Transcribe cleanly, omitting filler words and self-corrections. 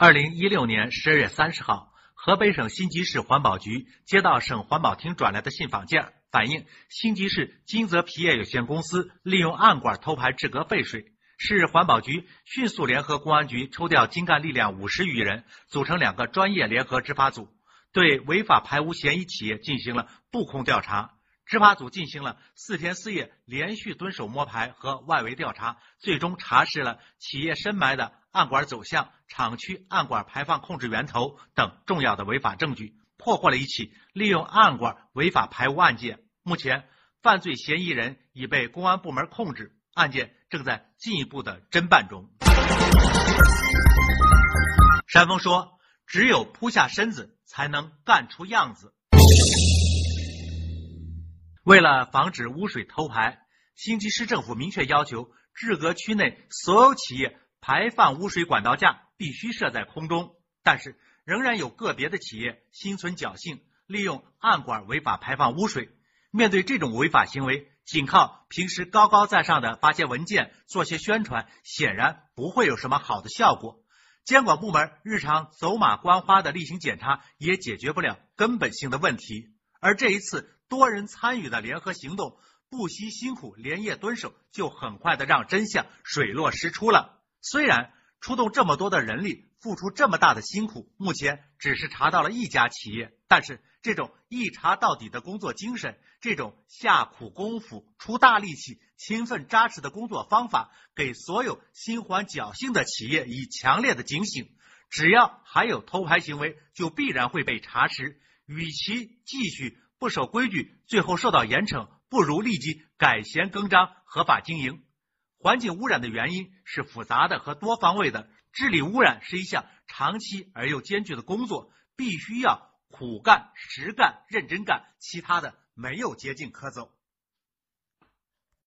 2016年12月30号，河北省辛集市环保局接到省环保厅转来的信访件，反映辛集市金泽皮业有限公司利用暗管偷排治革废水。市环保局迅速联合公安局抽调精干力量50余人，组成2个专业联合执法组，对违法排污嫌疑企业进行了布控调查。执法组进行了4天4夜连续蹲守摸排和外围调查，最终查实了企业深埋的暗管走向、厂区暗管排放控制源头等重要的违法证据，破获了一起利用暗管违法排污案件。目前，犯罪嫌疑人已被公安部门控制，案件正在进一步的侦办中。山峰说：“只有扑下身子，才能干出样子。”为了防止污水偷排，辛集市政府明确要求治革区内所有企业排放污水管道架必须设在空中，但是仍然有个别的企业心存侥幸，利用暗管违法排放污水。面对这种违法行为，仅靠平时高高在上的发些文件、做些宣传，显然不会有什么好的效果。监管部门日常走马观花的例行检查也解决不了根本性的问题。而这一次多人参与的联合行动，不惜辛苦连夜蹲守，就很快的让真相水落石出了。虽然出动这么多的人力，付出这么大的辛苦，目前只是查到了1家企业，但是这种一查到底的工作精神，这种下苦功夫、出大力气、勤奋扎实的工作方法，给所有心怀侥幸的企业以强烈的警醒。只要还有偷排行为，就必然会被查实。与其继续不守规矩，最后受到严惩，不如立即改弦更张，合法经营。环境污染的原因是复杂的和多方位的，治理污染是一项长期而又艰巨的工作，必须要苦干、实干、认真干，其他的没有捷径可走。